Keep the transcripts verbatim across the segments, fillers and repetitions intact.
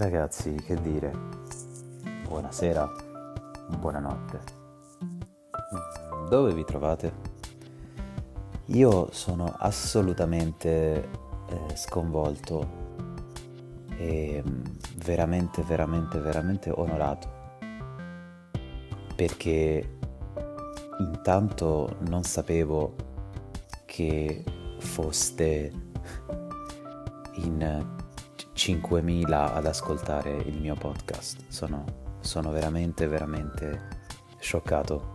Ragazzi, che dire? Buonasera, buonanotte. Dove vi trovate? Io sono assolutamente eh, sconvolto e veramente, veramente, veramente onorato, perché intanto non sapevo che foste in cinquemila ad ascoltare il mio podcast. Sono, sono veramente, veramente scioccato.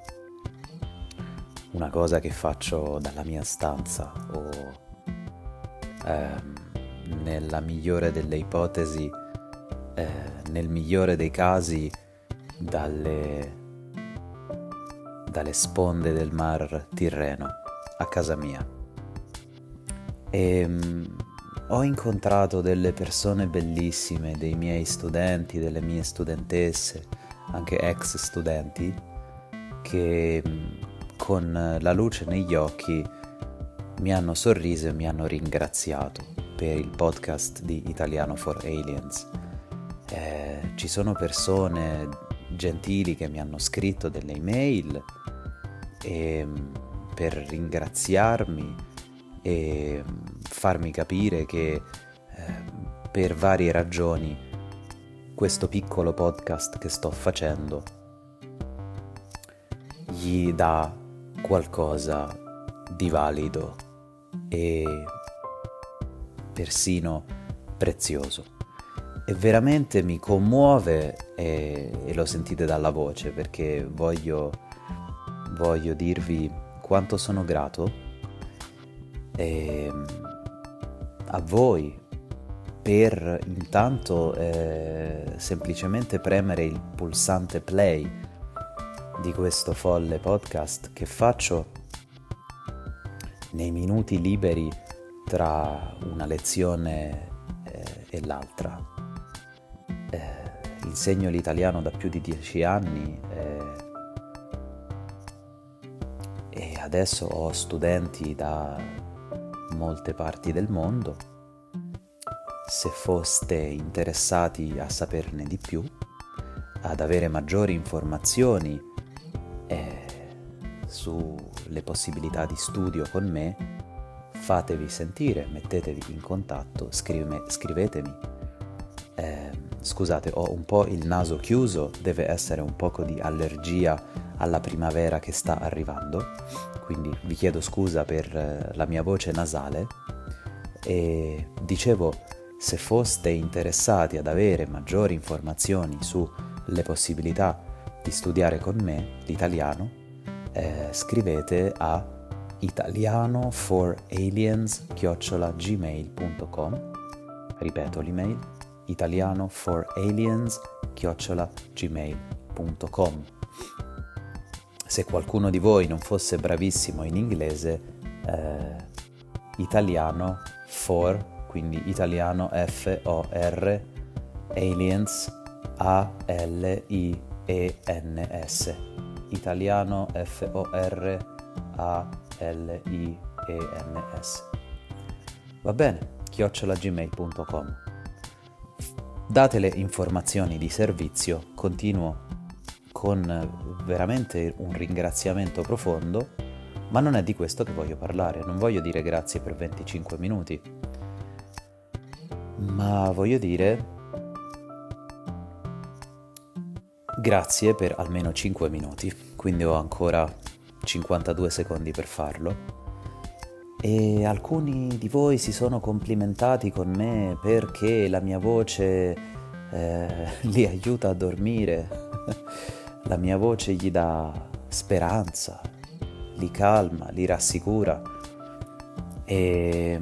Una cosa che faccio dalla mia stanza o ehm, nella migliore delle ipotesi, eh, nel migliore dei casi, dalle, dalle sponde del mar Tirreno a casa mia. E ho incontrato delle persone bellissime, dei miei studenti, delle mie studentesse, anche ex studenti, che con la luce negli occhi mi hanno sorriso e mi hanno ringraziato per il podcast di Italiano for Aliens. Eh, ci sono persone gentili che mi hanno scritto delle email e, per ringraziarmi e farmi capire che eh, per varie ragioni questo piccolo podcast che sto facendo gli dà qualcosa di valido e persino prezioso. E veramente mi commuove e, e lo sentite dalla voce, perché voglio, voglio dirvi quanto sono grato e a voi per intanto eh, semplicemente premere il pulsante play di questo folle podcast che faccio nei minuti liberi tra una lezione eh, e l'altra. Eh, insegno l'italiano da più di dieci anni eh, e adesso ho studenti da molte parti del mondo. Se foste interessati a saperne di più, ad avere maggiori informazioni eh, sulle possibilità di studio con me, fatevi sentire, mettetevi in contatto, scrive, scrivetemi. Eh, scusate, ho un po' il naso chiuso, deve essere un poco di allergia alla primavera che sta arrivando, quindi vi chiedo scusa per eh, la mia voce nasale. E dicevo, se foste interessati ad avere maggiori informazioni sulle possibilità di studiare con me l'italiano, eh, scrivete a italiano for aliens chiocciola gmail punto com. Ripeto l'email: italiano for aliens chiocciola gmail punto com. Se qualcuno di voi non fosse bravissimo in inglese, eh, italiano for, quindi italiano F O R, aliens A L I E N S, italiano F O R A L I E N S. Va bene, chiocciola gmail punto com. Date le informazioni di servizio, continuo con veramente un ringraziamento profondo, ma non è di questo che voglio parlare. Non voglio dire grazie per venticinque minuti, ma voglio dire grazie per almeno cinque minuti, quindi ho ancora cinquantadue secondi per farlo. E alcuni di voi si sono complimentati con me perché la mia voce eh, li aiuta a dormire. La mia voce gli dà speranza, li calma, li rassicura. E,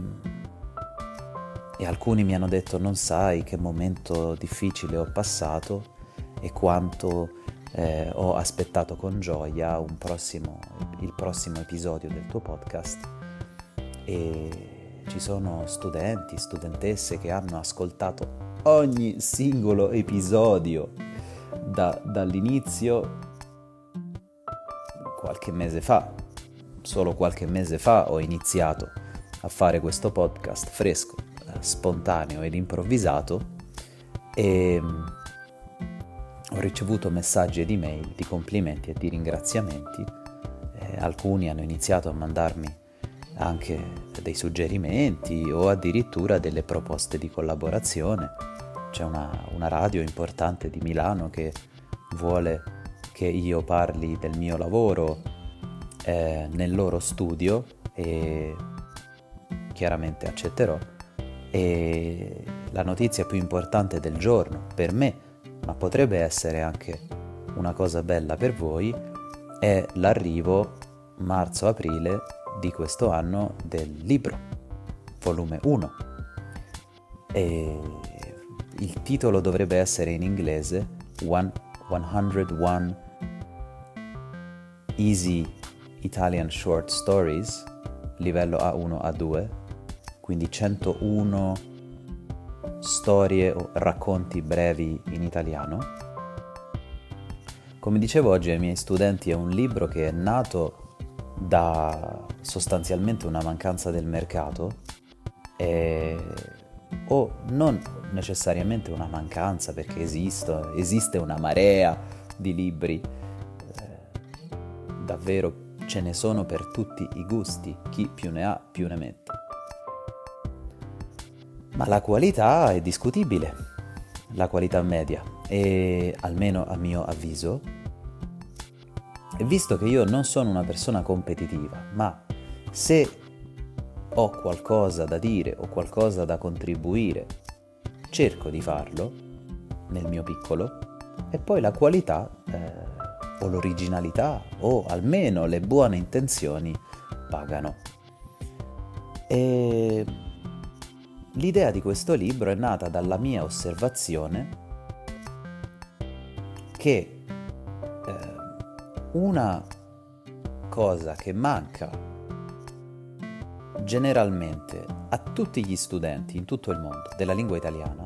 e alcuni mi hanno detto: non sai che momento difficile ho passato e quanto eh, ho aspettato con gioia un prossimo, il prossimo episodio del tuo podcast. E ci sono studenti, studentesse che hanno ascoltato ogni singolo episodio Da, dall'inizio. Qualche mese fa, solo qualche mese fa ho iniziato a fare questo podcast fresco, spontaneo ed improvvisato e ho ricevuto messaggi ed email di complimenti e di ringraziamenti. Eh, alcuni hanno iniziato a mandarmi anche dei suggerimenti o addirittura delle proposte di collaborazione. C'è una, una radio importante di Milano che vuole che io parli del mio lavoro eh, nel loro studio e chiaramente accetterò. E la notizia più importante del giorno per me, ma potrebbe essere anche una cosa bella per voi, è l'arrivo marzo-aprile di questo anno del libro, volume uno. E il titolo dovrebbe essere in inglese centouno Easy Italian Short Stories, livello A uno A due, quindi centouno storie o racconti brevi in italiano. Come dicevo oggi ai miei studenti, è un libro che è nato da sostanzialmente una mancanza del mercato e, o non necessariamente una mancanza, perché esiste, esiste una marea di libri, eh, davvero ce ne sono per tutti i gusti, chi più ne ha più ne mette. Ma la qualità è discutibile, la qualità media, e almeno a mio avviso. E visto che io non sono una persona competitiva, ma se ho qualcosa da dire o qualcosa da contribuire, cerco di farlo nel mio piccolo, e poi la qualità eh, o l'originalità o almeno le buone intenzioni pagano. E l'idea di questo libro è nata dalla mia osservazione che eh, una cosa che manca generalmente a tutti gli studenti in tutto il mondo della lingua italiana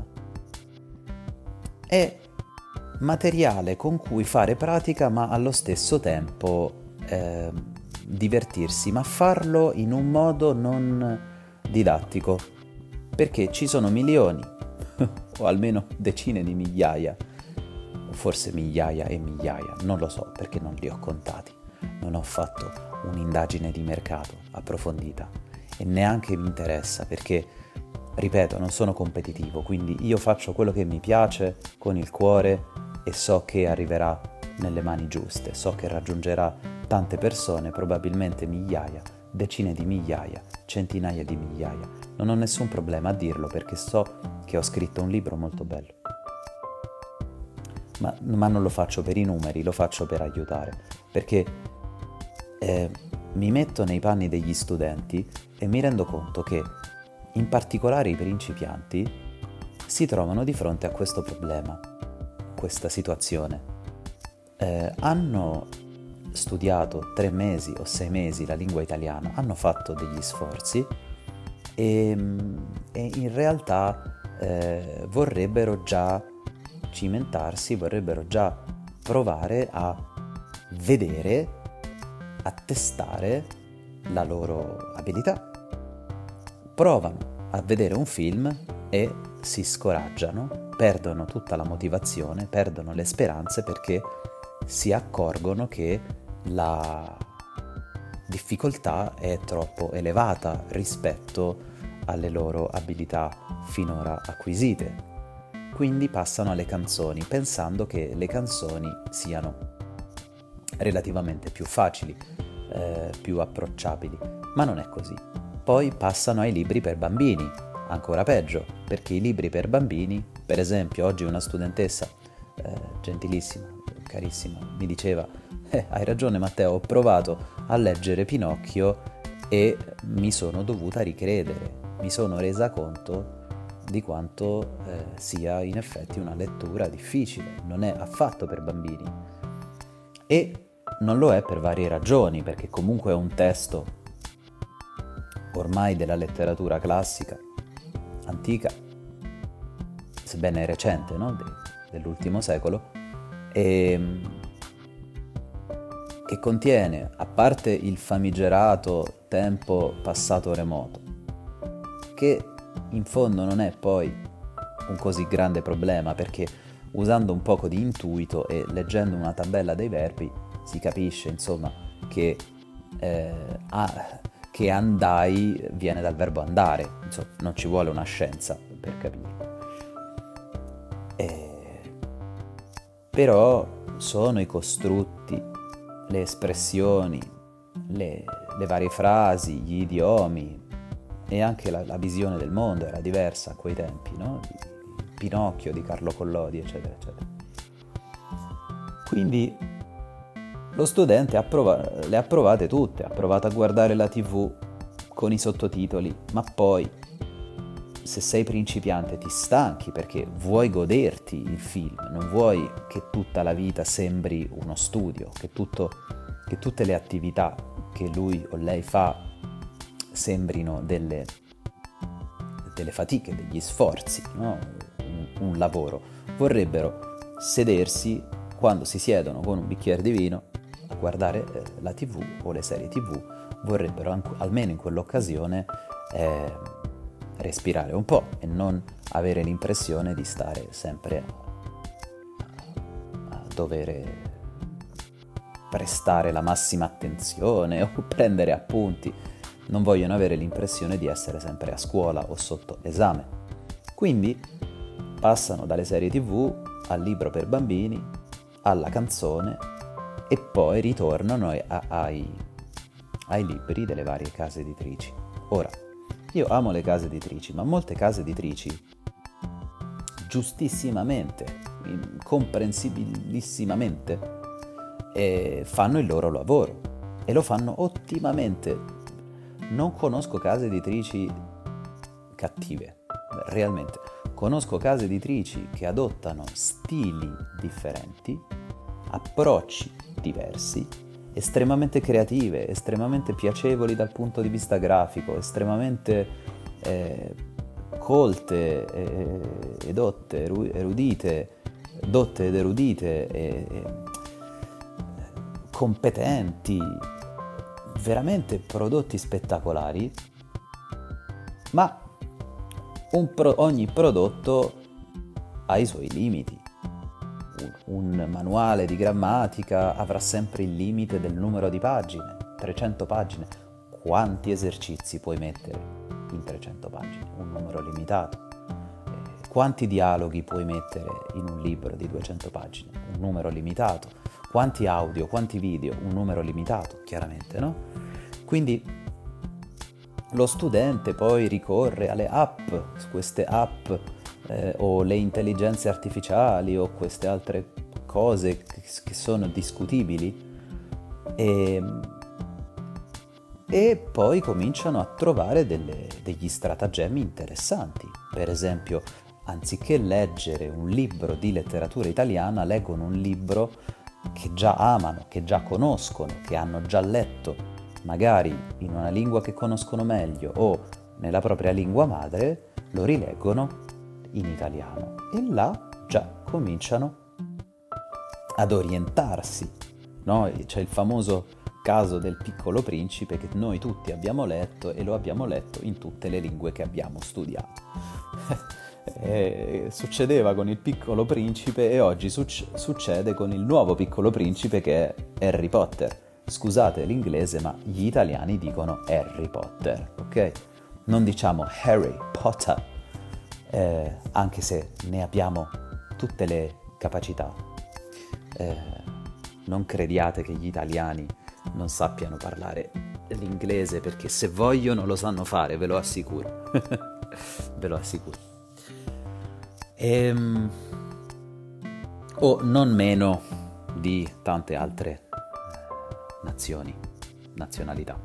è materiale con cui fare pratica, ma allo stesso tempo eh, divertirsi, ma farlo in un modo non didattico, perché ci sono milioni o almeno decine di migliaia, forse migliaia e migliaia, non lo so perché non li ho contati, non ho fatto un'indagine di mercato approfondita e neanche mi interessa, perché ripeto, non sono competitivo, quindi io faccio quello che mi piace con il cuore e so che arriverà nelle mani giuste, so che raggiungerà tante persone, probabilmente migliaia, decine di migliaia, centinaia di migliaia. Non ho nessun problema a dirlo perché so che ho scritto un libro molto bello. Ma, ma non lo faccio per i numeri, lo faccio per aiutare, perché eh, mi metto nei panni degli studenti e mi rendo conto che in particolare i principianti si trovano di fronte a questo problema, questa situazione. Eh, hanno studiato tre mesi o sei mesi la lingua italiana, hanno fatto degli sforzi e, e in realtà eh, vorrebbero già cimentarsi, vorrebbero già provare a vedere, a testare la loro abilità. Provano a vedere un film e si scoraggiano, perdono tutta la motivazione, perdono le speranze perché si accorgono che la difficoltà è troppo elevata rispetto alle loro abilità finora acquisite. Quindi passano alle canzoni, pensando che le canzoni siano relativamente più facili, eh, più approcciabili, ma non è così. Poi passano ai libri per bambini, ancora peggio, perché i libri per bambini, per esempio oggi una studentessa eh, gentilissima, carissima, mi diceva eh, hai ragione Matteo, ho provato a leggere Pinocchio e mi sono dovuta ricredere, mi sono resa conto di quanto eh, sia in effetti una lettura difficile, non è affatto per bambini e non lo è per varie ragioni, perché comunque è un testo ormai della letteratura classica, antica, sebbene recente, no? De- dell'ultimo secolo, e che contiene, a parte il famigerato tempo passato remoto, che in fondo non è poi un così grande problema, perché usando un poco di intuito e leggendo una tabella dei verbi si capisce, insomma, che, eh, a, che andai viene dal verbo andare, insomma, non ci vuole una scienza per capirlo. Eh, però sono i costrutti, le espressioni, le, le varie frasi, gli idiomi e anche la, la visione del mondo era diversa a quei tempi, no? Il Pinocchio di Carlo Collodi, eccetera, eccetera. Quindi lo studente ha prov- le ha provate tutte, ha provato a guardare la tivù con i sottotitoli, ma poi se sei principiante ti stanchi perché vuoi goderti il film, non vuoi che tutta la vita sembri uno studio, che, tutto, che tutte le attività che lui o lei fa sembrino delle, delle fatiche, degli sforzi, no? un, un lavoro. Vorrebbero sedersi quando si siedono con un bicchiere di vino a guardare eh, la tivù o le serie tivù, vorrebbero anche, almeno in quell'occasione eh, respirare un po' e non avere l'impressione di stare sempre a, a dover prestare la massima attenzione o prendere appunti. Non vogliono avere l'impressione di essere sempre a scuola o sotto esame. Quindi passano dalle serie tivù al libro per bambini, alla canzone e poi ritornano a, ai, ai libri delle varie case editrici. Ora, io amo le case editrici, ma molte case editrici, giustissimamente, comprensibilissimamente, eh, fanno il loro lavoro e lo fanno ottimamente. Non conosco case editrici cattive, realmente. Conosco case editrici che adottano stili differenti, approcci diversi, estremamente creative, estremamente piacevoli dal punto di vista grafico, estremamente eh, colte, eh, edotte, erudite, dotte ed erudite, eh, eh, competenti, veramente prodotti spettacolari, ma un pro- ogni prodotto ha i suoi limiti. Un manuale di grammatica avrà sempre il limite del numero di pagine, trecento pagine. Quanti esercizi puoi mettere in trecento pagine? Un numero limitato. Eh, quanti dialoghi puoi mettere in un libro di duecento pagine? Un numero limitato. Quanti audio, quanti video? Un numero limitato, chiaramente, no? Quindi lo studente poi ricorre alle app, queste app eh, o le intelligenze artificiali o queste altre cose che sono discutibili e, e poi cominciano a trovare delle, degli stratagemmi interessanti. Per esempio, anziché leggere un libro di letteratura italiana, leggono un libro che già amano, che già conoscono, che hanno già letto, magari in una lingua che conoscono meglio o nella propria lingua madre, lo rileggono in italiano e là già cominciano ad orientarsi, no? C'è il famoso caso del Piccolo Principe che noi tutti abbiamo letto e lo abbiamo letto in tutte le lingue che abbiamo studiato. E succedeva con il Piccolo Principe e oggi suc- succede con il nuovo Piccolo Principe che è Harry Potter. Scusate l'inglese, ma gli italiani dicono Harry Potter, ok? Non diciamo Harry Potter, eh, anche se ne abbiamo tutte le capacità. Eh, non crediate che gli italiani non sappiano parlare l'inglese, perché se vogliono lo sanno fare, ve lo assicuro. Ve lo assicuro. Ehm, o non meno di tante altre nazioni, nazionalità.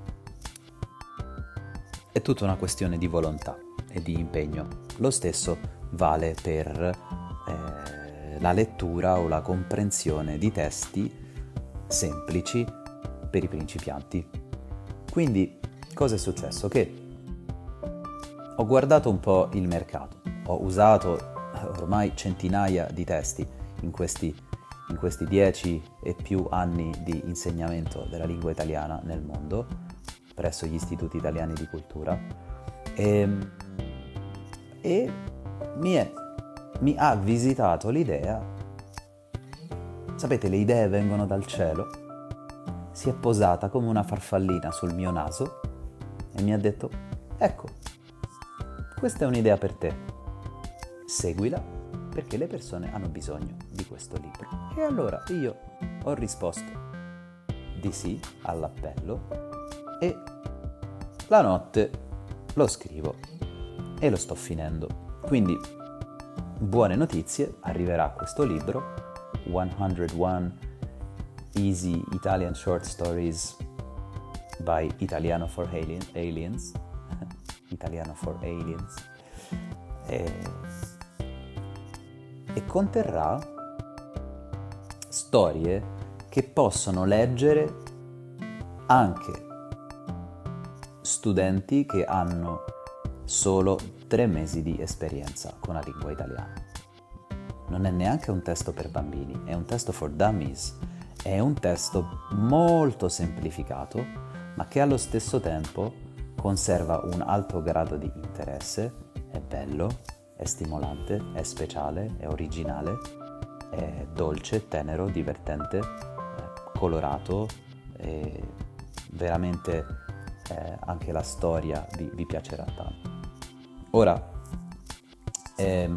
È tutta una questione di volontà e di impegno. Lo stesso vale per eh, la lettura o la comprensione di testi semplici per i principianti. Quindi, cosa è successo? Che ho guardato un po' il mercato, ho usato ormai centinaia di testi in questi in questi dieci e più anni di insegnamento della lingua italiana nel mondo, presso gli istituti italiani di cultura, e, e mi è mi ha visitato l'idea, sapete, le idee vengono dal cielo, si è posata come una farfallina sul mio naso e mi ha detto: ecco, questa è un'idea per te, seguila perché le persone hanno bisogno di questo libro. E allora io ho risposto di sì all'appello e la notte lo scrivo e lo sto finendo. Quindi buone notizie, arriverà questo libro, centouno Easy Italian Short Stories by Italiano for Alien, Aliens Italiano for Aliens e, e conterrà storie che possono leggere anche studenti che hanno solo tre mesi di esperienza con la lingua italiana. Non è neanche un testo per bambini, è un testo for dummies, è un testo molto semplificato, ma che allo stesso tempo conserva un alto grado di interesse, è bello, è stimolante, è speciale, è originale, è dolce, tenero, divertente, è colorato, è veramente eh, anche la storia vi, vi piacerà tanto. Ora, ehm,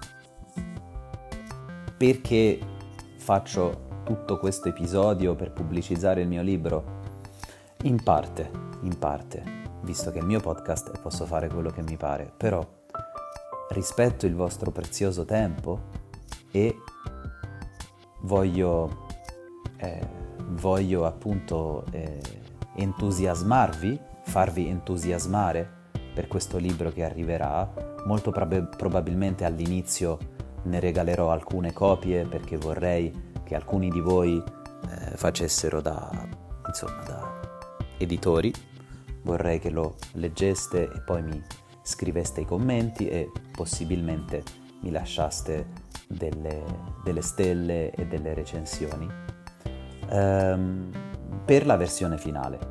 perché faccio tutto questo episodio per pubblicizzare il mio libro? In parte, in parte, visto che è il mio podcast e posso fare quello che mi pare, però rispetto il vostro prezioso tempo e voglio, eh, voglio appunto eh, entusiasmarvi, farvi entusiasmare per questo libro che arriverà. Molto prob- probabilmente all'inizio ne regalerò alcune copie perché vorrei che alcuni di voi eh, facessero da, insomma, da editori, vorrei che lo leggeste e poi mi scriveste i commenti e possibilmente mi lasciaste delle, delle stelle e delle recensioni ehm, per la versione finale.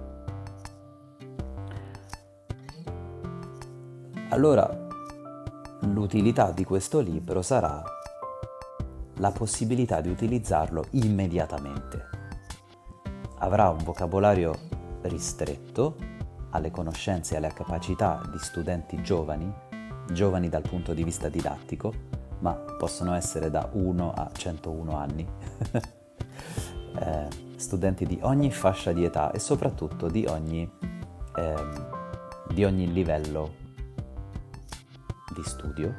Allora, l'utilità di questo libro sarà la possibilità di utilizzarlo immediatamente. Avrà un vocabolario ristretto alle conoscenze e alle capacità di studenti giovani, giovani dal punto di vista didattico, ma possono essere da uno a centouno anni, eh, studenti di ogni fascia di età e soprattutto di ogni, eh, di ogni livello di studio.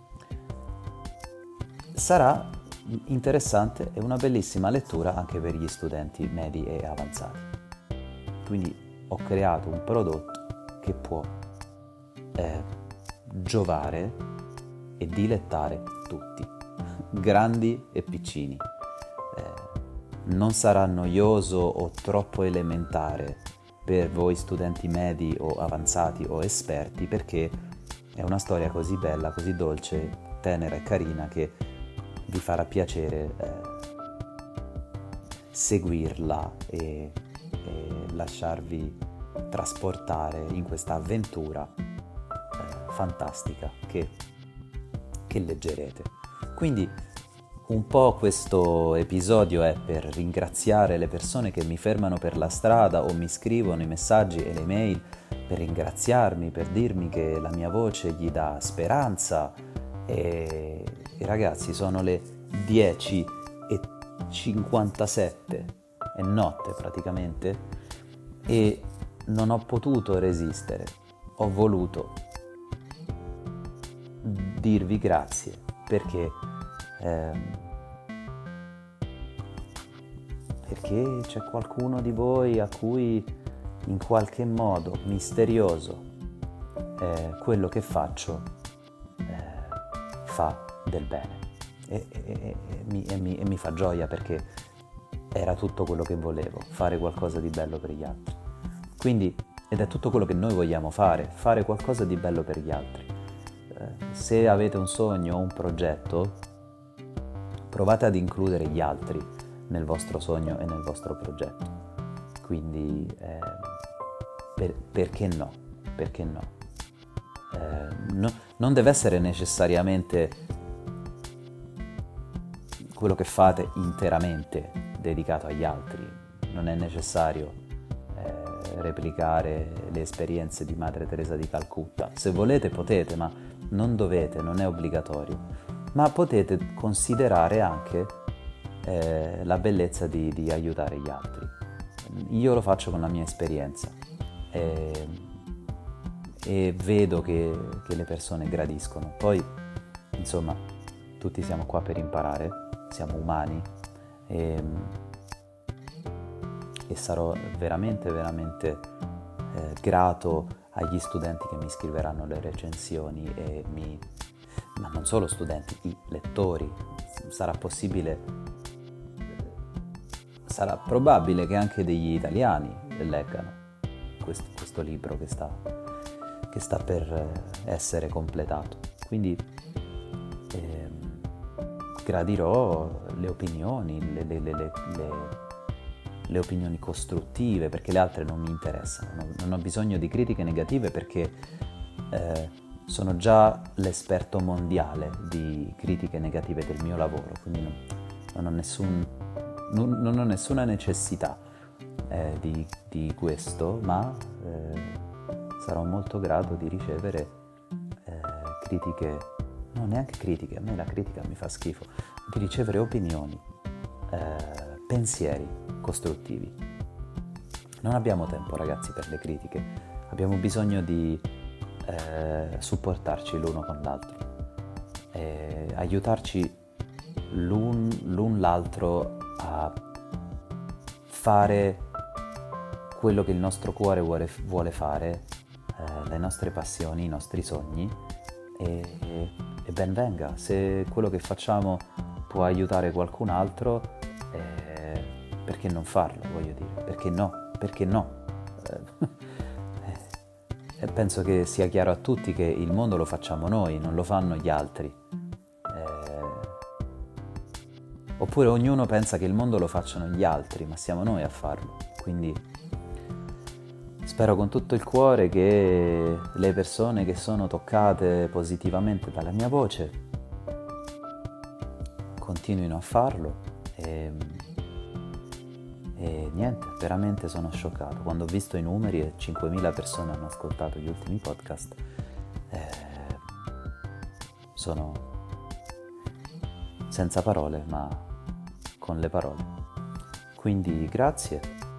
Sarà interessante e una bellissima lettura anche per gli studenti medi e avanzati. Quindi ho creato un prodotto che può eh, giovare e dilettare tutti, grandi e piccini. Eh, non sarà noioso o troppo elementare per voi studenti medi o avanzati o esperti, perché è una storia così bella, così dolce, tenera e carina che vi farà piacere eh, seguirla e, e lasciarvi trasportare in questa avventura eh, fantastica che, che leggerete. Quindi un po' questo episodio è per ringraziare le persone che mi fermano per la strada o mi scrivono i messaggi e le mail per ringraziarmi, per dirmi che la mia voce gli dà speranza. E, e ragazzi, sono le dieci e cinquantasette, è notte praticamente, e non ho potuto resistere, ho voluto dirvi grazie perché ehm, perché c'è qualcuno di voi a cui in qualche modo misterioso eh, quello che faccio eh, fa del bene e, e, e, e, mi, e, mi, e mi fa gioia, perché era tutto quello che volevo, fare qualcosa di bello per gli altri. Quindi, ed è tutto quello che noi vogliamo fare, fare qualcosa di bello per gli altri. Eh, se avete un sogno o un progetto, provate ad includere gli altri nel vostro sogno e nel vostro progetto. Quindi eh, per, perché no? Perché no? Eh, no? Non deve essere necessariamente quello che fate interamente dedicato agli altri. Non è necessario eh, replicare le esperienze di Madre Teresa di Calcutta. Se volete potete, ma non dovete, non è obbligatorio. Ma potete considerare anche eh, la bellezza di, di aiutare gli altri. Io lo faccio con la mia esperienza e, e vedo che, che le persone gradiscono. Poi, insomma, tutti siamo qua per imparare, siamo umani e, e sarò veramente, veramente eh, grato agli studenti che mi scriveranno le recensioni e mi, ma non solo studenti, i lettori. Sarà possibile, sarà probabile che anche degli italiani leggano questo, questo libro che sta, che sta per essere completato. Quindi ehm, gradirò le opinioni, le, le, le, le, le opinioni costruttive, perché le altre non mi interessano. Non, non ho bisogno di critiche negative perché eh, sono già l'esperto mondiale di critiche negative del mio lavoro, quindi non, non, ho, nessun, non, non ho nessuna necessità eh, di, di questo, ma eh, sarò molto grato di ricevere eh, critiche, no, neanche critiche, a me la critica mi fa schifo, di ricevere opinioni, eh, pensieri costruttivi. Non abbiamo tempo, ragazzi, per le critiche, abbiamo bisogno di Eh, supportarci l'uno con l'altro, eh, aiutarci l'un, l'un l'altro a fare quello che il nostro cuore vuole, vuole fare, eh, le nostre passioni, i nostri sogni, e, e ben venga. Se quello che facciamo può aiutare qualcun altro, eh, perché non farlo, voglio dire, perché no, perché no? Eh, E penso che sia chiaro a tutti che il mondo lo facciamo noi, non lo fanno gli altri. Eh... Oppure ognuno pensa che il mondo lo facciano gli altri, ma siamo noi a farlo. Quindi spero con tutto il cuore che le persone che sono toccate positivamente dalla mia voce continuino a farlo. E... E niente, veramente sono scioccato. Quando ho visto i numeri e cinquemila persone hanno ascoltato gli ultimi podcast, eh, sono senza parole, ma con le parole. Quindi grazie.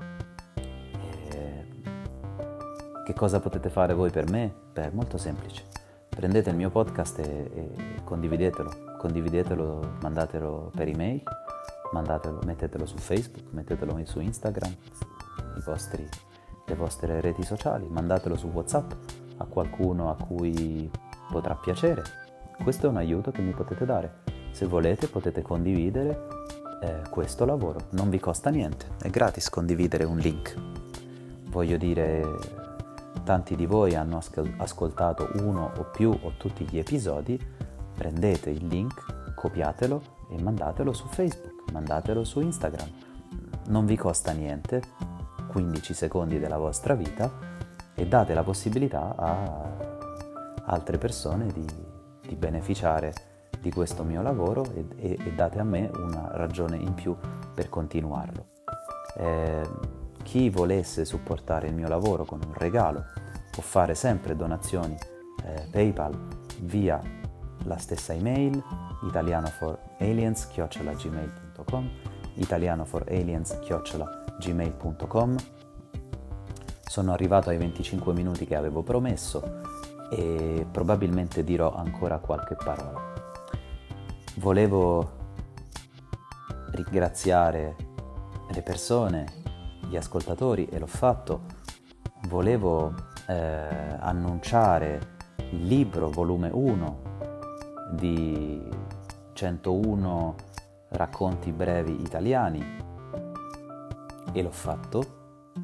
E che cosa potete fare voi per me? Beh, è molto semplice. Prendete il mio podcast e, e condividetelo. Condividetelo, mandatelo per email. Mandatelo, mettetelo su Facebook, mettetelo su Instagram, i vostri, le vostre reti sociali, mandatelo su WhatsApp a qualcuno a cui potrà piacere. Questo è un aiuto che mi potete dare. Se volete potete condividere eh, questo lavoro, non vi costa niente, è gratis condividere un link. Voglio dire, tanti di voi hanno ascol- ascoltato uno o più o tutti gli episodi, prendete il link, copiatelo e mandatelo su Facebook. Mandatelo su Instagram, non vi costa niente, quindici secondi della vostra vita, e date la possibilità a altre persone di, di beneficiare di questo mio lavoro e, e, e date a me una ragione in più per continuarlo. Eh, chi volesse supportare il mio lavoro con un regalo può fare sempre donazioni eh, PayPal via la stessa email, italianoforaliens chiocciola gmail punto com, italianoforaliens chiocciola gmail punto com. Sono arrivato ai venticinque minuti che avevo promesso e probabilmente dirò ancora qualche parola. Volevo ringraziare le persone, gli ascoltatori, e l'ho fatto. Volevo eh, annunciare il libro volume uno di centouno racconti brevi italiani, e l'ho fatto.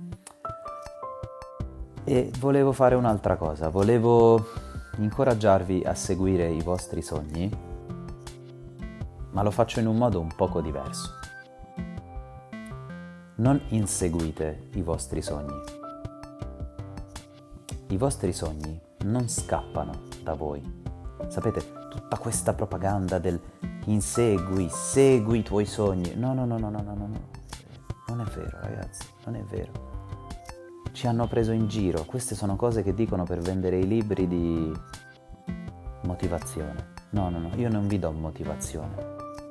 E volevo fare un'altra cosa, volevo incoraggiarvi a seguire i vostri sogni, ma lo faccio in un modo un poco diverso. Non inseguite i vostri sogni. I vostri sogni non scappano da voi. Sapete, tutta questa propaganda del insegui, segui i tuoi sogni. No, no, no, no, no, no, no, no. Non è vero, ragazzi, non è vero. Ci hanno preso in giro. Queste sono cose che dicono per vendere i libri di motivazione. No, no, no, io non vi do motivazione.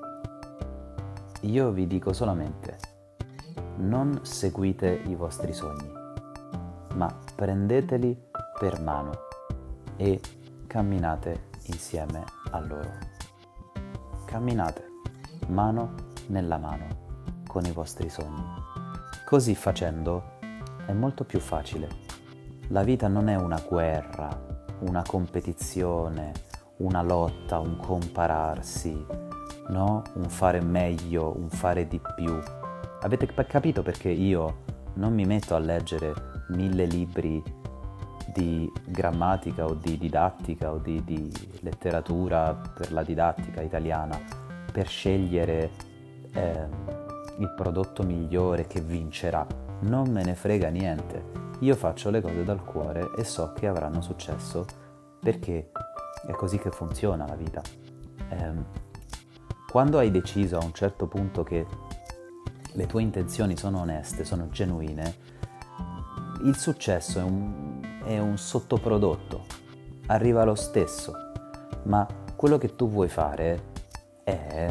Io vi dico solamente, non seguite i vostri sogni, ma prendeteli per mano e camminate insieme a loro. Camminate mano nella mano con i vostri sogni. Così facendo è molto più facile. La vita non è una guerra, una competizione, una lotta, un compararsi, no? Un fare meglio, un fare di più. Avete capito perché io non mi metto a leggere mille libri di grammatica o di didattica o di, di letteratura per la didattica italiana per scegliere eh, il prodotto migliore che vincerà? Non me ne frega niente. Io faccio le cose dal cuore e so che avranno successo perché è così che funziona la vita. Eh, quando hai deciso a un certo punto che le tue intenzioni sono oneste, sono genuine, il successo è un, è un sottoprodotto, arriva lo stesso, ma quello che tu vuoi fare è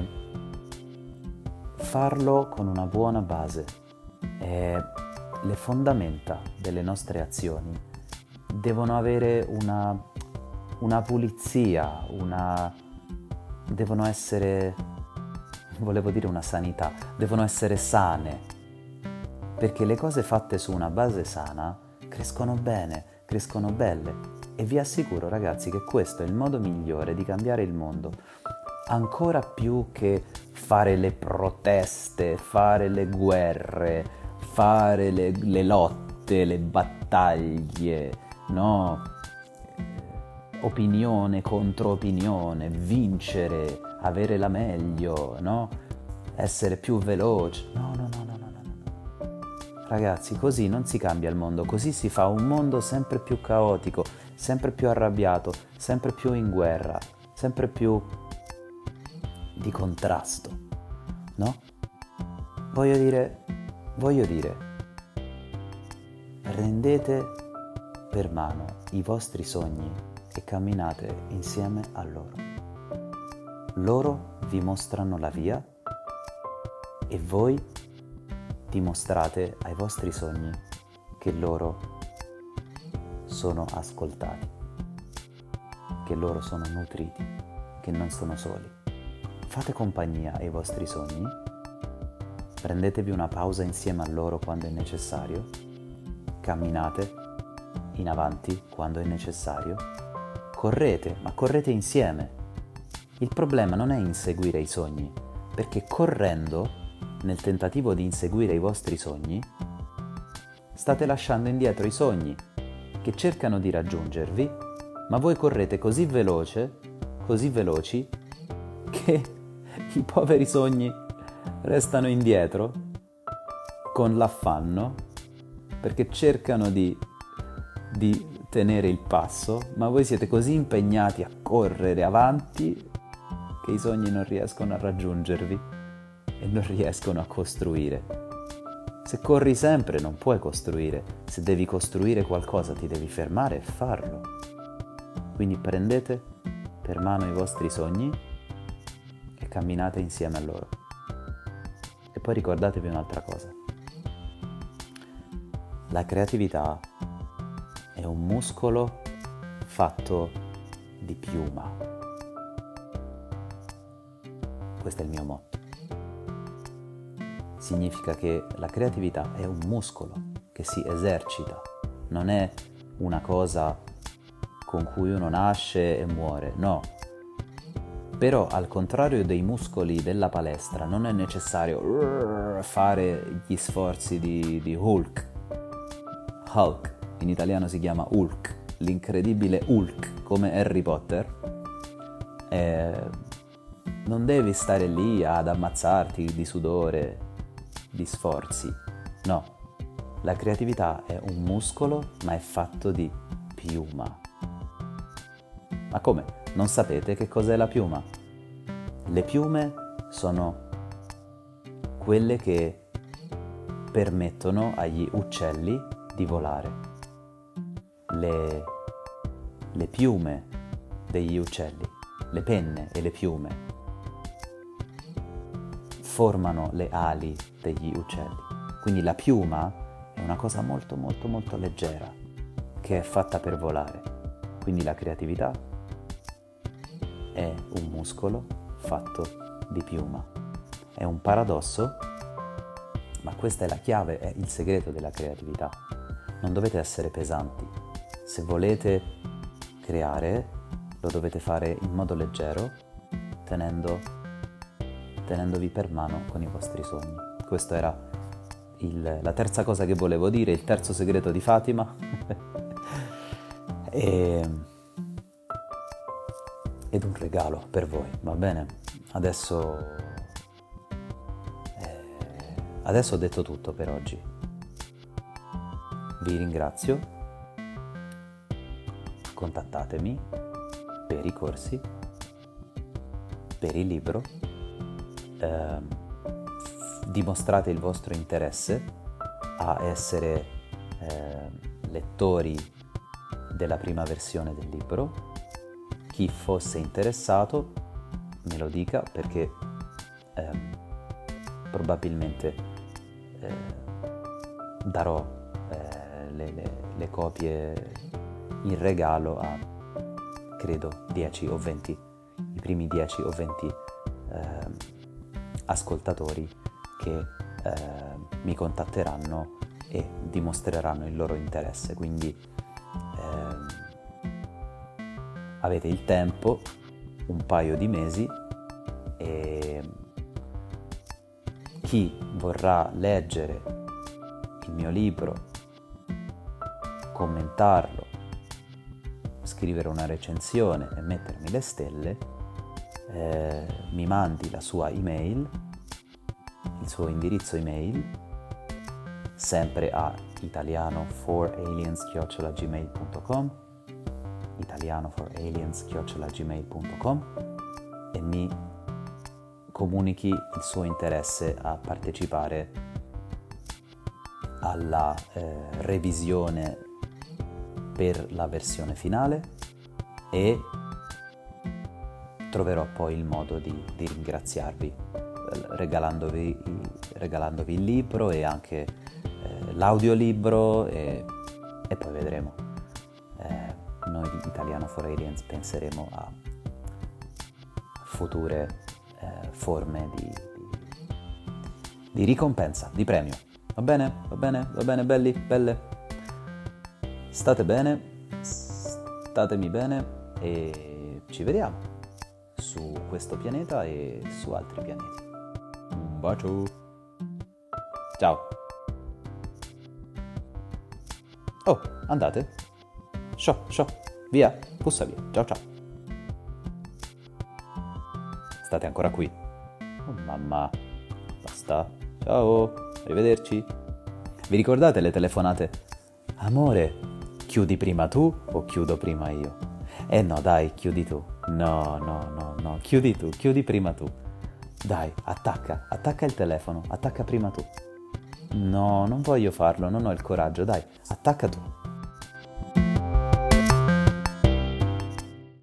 farlo con una buona base. E le fondamenta delle nostre azioni devono avere una, una pulizia, una, devono essere, volevo dire una sanità, devono essere sane, perché le cose fatte su una base sana crescono bene, crescono belle e vi assicuro ragazzi che questo è il modo migliore di cambiare il mondo, ancora più che fare le proteste, fare le guerre, fare le, le lotte, le battaglie, no? Opinione contro opinione, vincere, avere la meglio, no? Essere più veloce. No, no, no, no, no, no, no. Ragazzi, così non si cambia il mondo, così si fa un mondo sempre più caotico, sempre più arrabbiato, sempre più in guerra, sempre più di contrasto, no? Voglio dire, voglio dire, prendete per mano i vostri sogni e camminate insieme a loro. Loro vi mostrano la via e voi dimostrate ai vostri sogni che loro sono ascoltati, che loro sono nutriti, che non sono soli. Fate compagnia ai vostri sogni, prendetevi una pausa insieme a loro quando è necessario, camminate in avanti quando è necessario, correte, ma correte insieme. Il problema non è inseguire i sogni, perché correndo, nel tentativo di inseguire i vostri sogni, state lasciando indietro i sogni che cercano di raggiungervi, ma voi correte così veloce, così veloci, che i poveri sogni restano indietro con l'affanno perché cercano di, di tenere il passo, ma voi siete così impegnati a correre avanti che i sogni non riescono a raggiungervi e non riescono a costruire. Se corri sempre non puoi costruire, se devi costruire qualcosa ti devi fermare e farlo. Quindi prendete per mano i vostri sogni e camminate insieme a loro. E poi ricordatevi un'altra cosa. La creatività è un muscolo fatto di piuma. Questo è il mio motto. Significa che la creatività è un muscolo che si esercita, non è una cosa con cui uno nasce e muore, no. Però al contrario dei muscoli della palestra non è necessario fare gli sforzi di, di Hulk. Hulk, in italiano si chiama Hulk, l'incredibile Hulk, come Harry Potter. Eh, non devi stare lì ad ammazzarti di sudore, di sforzi. No, la creatività è un muscolo, ma è fatto di piuma. Ma come? Non sapete che cos'è la piuma? Le piume sono quelle che permettono agli uccelli di volare. Le, le piume degli uccelli, le penne e le piume formano le ali degli uccelli. Quindi la piuma è una cosa molto molto molto leggera che è fatta per volare. Quindi la creatività è un muscolo fatto di piuma. È un paradosso, ma questa è la chiave, è il segreto della creatività. Non dovete essere pesanti. Se volete creare, lo dovete fare in modo leggero, tenendo, tenendovi per mano con i vostri sogni. Questo era il, la terza cosa che volevo dire, il terzo segreto di Fatima. e, ed un regalo per voi, va bene? Adesso, eh, adesso ho detto tutto per oggi. Vi ringrazio, contattatemi per i corsi, per il libro, eh, dimostrate il vostro interesse a essere eh, lettori della prima versione del libro. Chi fosse interessato me lo dica, perché ehm, probabilmente eh, darò eh, le, le, le copie in regalo a, credo, dieci o venti, i primi dieci o venti eh, ascoltatori che eh, mi contatteranno e dimostreranno il loro interesse. Quindi eh, avete il tempo, un paio di mesi, e chi vorrà leggere il mio libro, commentarlo, scrivere una recensione e mettermi le stelle, eh, mi mandi la sua email, il suo indirizzo email, sempre a italiano for aliens chiocciola gmail punto com, italiano for aliens chiocciola gmail punto com, e mi comunichi il suo interesse a partecipare alla eh, revisione per la versione finale, e troverò poi il modo di, di ringraziarvi eh, regalandovi, regalandovi il libro e anche eh, l'audiolibro, e, e poi vedremo. Eh, noi di Italiano for Aliens penseremo a future eh, forme di, di, di ricompensa, di premio. Va bene? Va bene? Va bene, belli? Belle? State bene, statemi bene, e ci vediamo su questo pianeta e su altri pianeti. Un bacio! Ciao! Oh, andate! Sciò, sciò, via, pussa via, ciao ciao! State ancora qui? Oh mamma, basta, ciao, arrivederci! Vi ricordate le telefonate? Amore, chiudi prima tu o chiudo prima io? Eh no, dai, chiudi tu. No, no, no, no, chiudi tu, chiudi prima tu. Dai, attacca, attacca il telefono, attacca prima tu. No, non voglio farlo, non ho il coraggio, dai, attacca tu.